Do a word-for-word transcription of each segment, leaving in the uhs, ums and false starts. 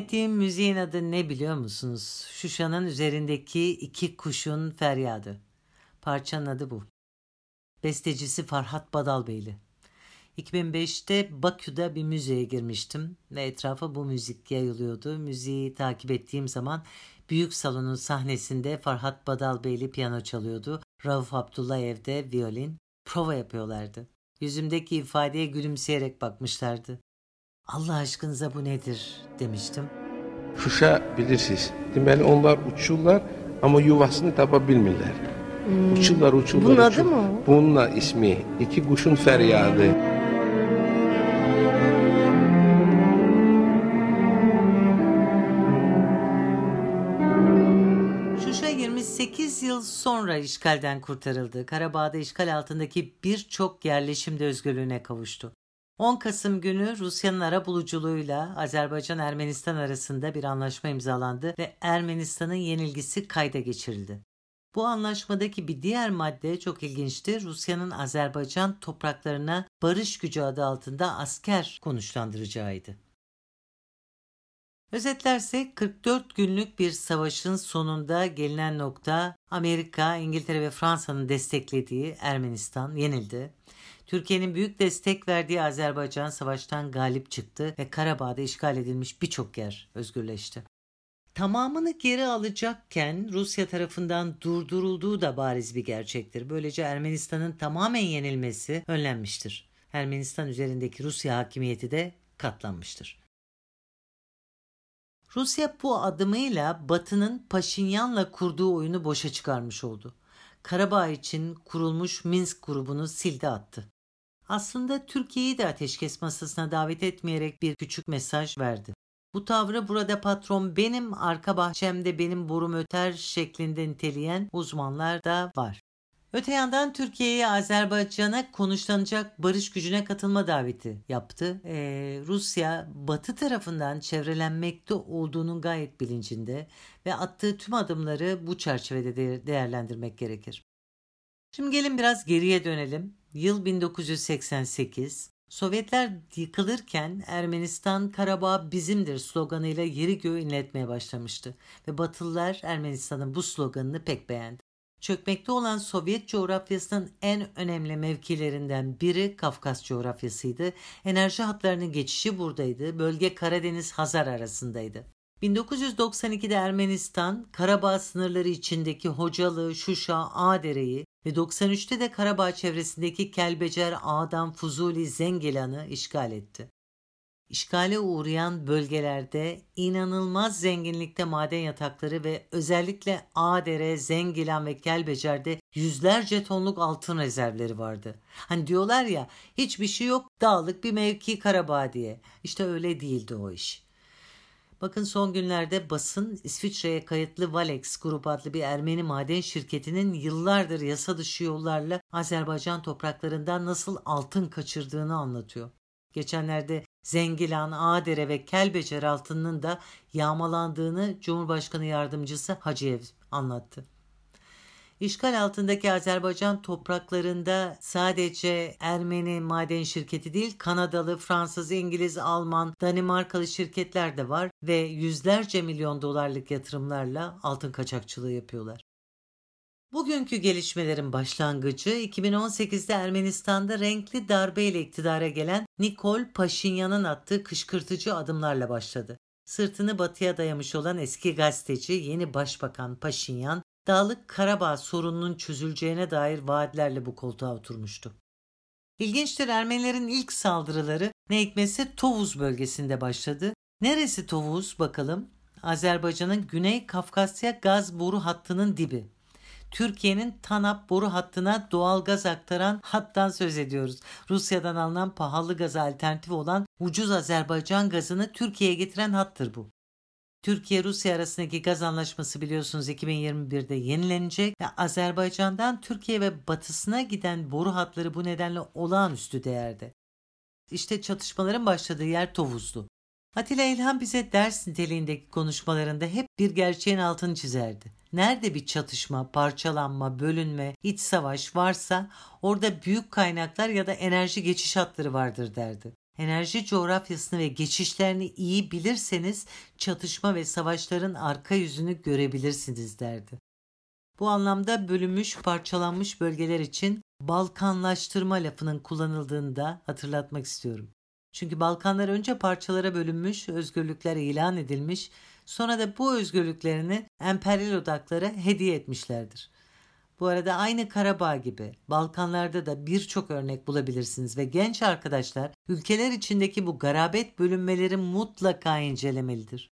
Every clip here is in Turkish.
Dinlettiğim müziğin adı ne biliyor musunuz? Şuşa'nın üzerindeki iki kuşun feryadı. Parçanın adı bu. Bestecisi Farhat Badalbeyli. iki bin beşte Bakü'de bir müzeye girmiştim ve etrafa bu müzik yayılıyordu. Müziği takip ettiğim zaman büyük salonun sahnesinde Farhat Badalbeyli piyano çalıyordu. Rauf Abdullah evde violin. Prova yapıyorlardı. Yüzümdeki ifadeye gülümseyerek bakmışlardı. Allah aşkınıza bu nedir demiştim. Şuşa bilirsiniz. Deməli onlar uçurlar ama yuvasını tapa bilmirlər. Hmm. Uçurlar, uçurlar. Bunun uçur. adı mı o? Bununla ismi. İki kuşun feryadı. Şuşa yirmi sekiz yıl sonra işgalden kurtarıldı. Karabağ'da işgal altındaki birçok yerleşimde özgürlüğüne kavuştu. on Kasım günü Rusya'nın arabuluculuğuyla Azerbaycan-Ermenistan arasında bir anlaşma imzalandı ve Ermenistan'ın yenilgisi kayda geçirildi. Bu anlaşmadaki bir diğer madde çok ilginçti. Rusya'nın Azerbaycan topraklarına barış gücü adı altında asker konuşlandıracağıydı. Özetlersek kırk dört günlük bir savaşın sonunda gelinen nokta Amerika, İngiltere ve Fransa'nın desteklediği Ermenistan yenildi. Türkiye'nin büyük destek verdiği Azerbaycan savaştan galip çıktı ve Karabağ'da işgal edilmiş birçok yer özgürleşti. Tamamını geri alacakken Rusya tarafından durdurulduğu da bariz bir gerçektir. Böylece Ermenistan'ın tamamen yenilmesi önlenmiştir. Ermenistan üzerindeki Rusya hakimiyeti de katlanmıştır. Rusya bu adımıyla Batı'nın Paşinyan'la kurduğu oyunu boşa çıkarmış oldu. Karabağ için kurulmuş Minsk grubunu sildi attı. Aslında Türkiye'yi de ateşkes masasına davet etmeyerek bir küçük mesaj verdi. Bu tavrı burada patron benim, arka bahçemde benim borum öter şeklinde niteleyen uzmanlar da var. Öte yandan Türkiye'ye Azerbaycan'a konuşlanacak barış gücüne katılma daveti yaptı. Ee, Rusya Batı tarafından çevrelenmekte olduğunun gayet bilincinde ve attığı tüm adımları bu çerçevede de- değerlendirmek gerekir. Şimdi gelin biraz geriye dönelim. Yıl bin dokuz yüz seksen sekiz. Sovyetler yıkılırken Ermenistan Karabağ bizimdir sloganıyla yeri göğü inletmeye başlamıştı ve Batılılar Ermenistan'ın bu sloganını pek beğendi. Çökmekte olan Sovyet coğrafyasının en önemli mevkilerinden biri Kafkas coğrafyasıydı. Enerji hatlarının geçişi buradaydı. Bölge Karadeniz-Hazar arasındaydı. bin dokuz yüz doksan ikide Ermenistan, Karabağ sınırları içindeki Hocalı, Şuşa, Ağdere'yi ve doksan üçte de Karabağ çevresindeki Kelbecer, Ağdam, Fuzuli, Zengilan'ı işgal etti. İşgale uğrayan bölgelerde inanılmaz zenginlikte maden yatakları ve özellikle Ağdere, Zengilan ve Kelbecer'de yüzlerce tonluk altın rezervleri vardı. Hani diyorlar ya hiçbir şey yok dağlık bir mevki Karabağ diye. İşte öyle değildi o iş. Bakın son günlerde basın İsviçre'ye kayıtlı Valex Grup adlı bir Ermeni maden şirketinin yıllardır yasa dışı yollarla Azerbaycan topraklarından nasıl altın kaçırdığını anlatıyor. Geçenlerde Zengilan, Ağdere ve Kelbecer altınının da yağmalandığını Cumhurbaşkanı Yardımcısı Hacıyev anlattı. İşgal altındaki Azerbaycan topraklarında sadece Ermeni maden şirketi değil, Kanadalı, Fransız, İngiliz, Alman, Danimarkalı şirketler de var ve yüzlerce milyon dolarlık yatırımlarla altın kaçakçılığı yapıyorlar. Bugünkü gelişmelerin başlangıcı iki bin on sekizde Ermenistan'da renkli darbeyle iktidara gelen Nikol Paşinyan'ın attığı kışkırtıcı adımlarla başladı. Sırtını batıya dayamış olan eski gazeteci yeni başbakan Paşinyan, Dağlık Karabağ sorununun çözüleceğine dair vaatlerle bu koltuğa oturmuştu. İlginçtir, Ermenilerin ilk saldırıları ne hikmetse Tovuz bölgesinde başladı. Neresi Tovuz bakalım? Azerbaycan'ın Güney Kafkasya gaz boru hattının dibi. Türkiye'nin TANAP boru hattına doğal gaz aktaran hattan söz ediyoruz. Rusya'dan alınan pahalı gaza alternatif olan ucuz Azerbaycan gazını Türkiye'ye getiren hattır bu. Türkiye-Rusya arasındaki gaz anlaşması biliyorsunuz iki bin yirmi birde yenilenecek ve Azerbaycan'dan Türkiye ve batısına giden boru hatları bu nedenle olağanüstü değerde. İşte çatışmaların başladığı yer Tovuz'du. Atilla İlhan bize ders niteliğindeki konuşmalarında hep bir gerçeğin altını çizerdi. Nerede bir çatışma, parçalanma, bölünme, iç savaş varsa orada büyük kaynaklar ya da enerji geçiş hatları vardır derdi. Enerji coğrafyasını ve geçişlerini iyi bilirseniz çatışma ve savaşların arka yüzünü görebilirsiniz derdi. Bu anlamda bölünmüş, parçalanmış bölgeler için Balkanlaştırma lafının kullanıldığını da hatırlatmak istiyorum. Çünkü Balkanlar önce parçalara bölünmüş, özgürlükler ilan edilmiş, sonra da bu özgürlüklerini emperyal odaklara hediye etmişlerdir. Bu arada aynı Karabağ gibi Balkanlarda da birçok örnek bulabilirsiniz ve genç arkadaşlar ülkeler içindeki bu garabet bölünmeleri mutlaka incelemelidir.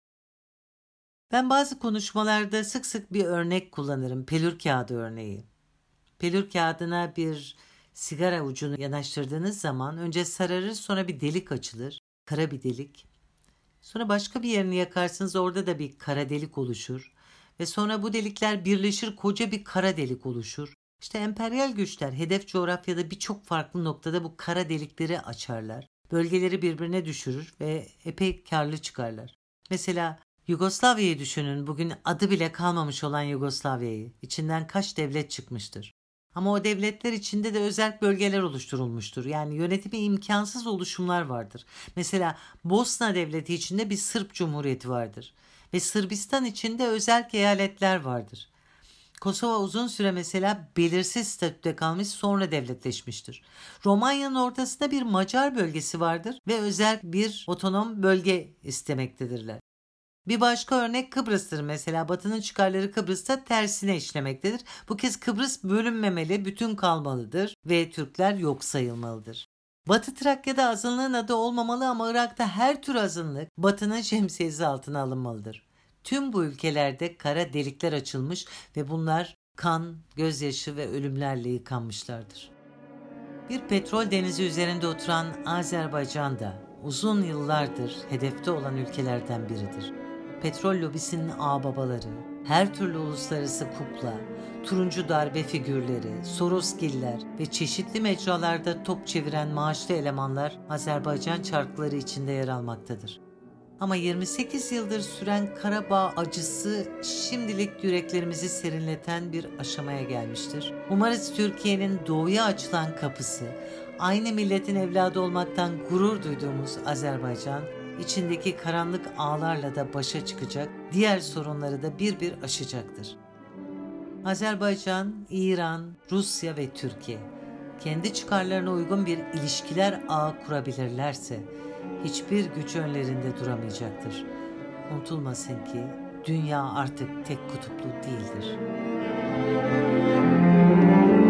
Ben bazı konuşmalarda sık sık bir örnek kullanırım, pelür kağıdı örneği. Pelür kağıdına bir sigara ucunu yanaştırdığınız zaman önce sararır, sonra bir delik açılır, kara bir delik. Sonra başka bir yerini yakarsınız, orada da bir kara delik oluşur. Ve sonra bu delikler birleşir, koca bir kara delik oluşur. İşte emperyal güçler hedef coğrafyada birçok farklı noktada bu kara delikleri açarlar. Bölgeleri birbirine düşürür ve epey karlı çıkarlar. Mesela Yugoslavya'yı düşünün, bugün adı bile kalmamış olan Yugoslavya'yı. İçinden kaç devlet çıkmıştır. Ama o devletler içinde de özel bölgeler oluşturulmuştur. Yani yönetimi imkansız oluşumlar vardır. Mesela Bosna Devleti içinde bir Sırp Cumhuriyeti vardır. Ve Sırbistan içinde özel eyaletler vardır. Kosova uzun süre mesela belirsiz statüde kalmış, sonra devletleşmiştir. Romanya'nın ortasında bir Macar bölgesi vardır ve özel bir otonom bölge istemektedirler. Bir başka örnek Kıbrıs'tır mesela. Batı'nın çıkarları Kıbrıs'ta tersine işlemektedir. Bu kez Kıbrıs bölünmemeli, bütün kalmalıdır ve Türkler yok sayılmalıdır. Batı Trakya'da azınlığın adı olmamalı ama Irak'ta her tür azınlık Batı'nın şemsiyesi altına alınmalıdır. Tüm bu ülkelerde kara delikler açılmış ve bunlar kan, gözyaşı ve ölümlerle yıkanmışlardır. Bir petrol denizi üzerinde oturan Azerbaycan da uzun yıllardır hedefte olan ülkelerden biridir. Petrol lobisinin ağababaları, her türlü uluslararası kukla, turuncu darbe figürleri, Sorosgiller ve çeşitli mecralarda top çeviren maaşlı elemanlar Azerbaycan çarkları içinde yer almaktadır. Ama yirmi sekiz yıldır süren Karabağ acısı şimdilik yüreklerimizi serinleten bir aşamaya gelmiştir. Umarız Türkiye'nin doğuya açılan kapısı, aynı milletin evladı olmaktan gurur duyduğumuz Azerbaycan, içindeki karanlık ağlarla da başa çıkacak, diğer sorunları da bir bir aşacaktır. Azerbaycan, İran, Rusya ve Türkiye kendi çıkarlarına uygun bir ilişkiler ağı kurabilirlerse hiçbir güç önlerinde duramayacaktır. Unutulmasın ki dünya artık tek kutuplu değildir.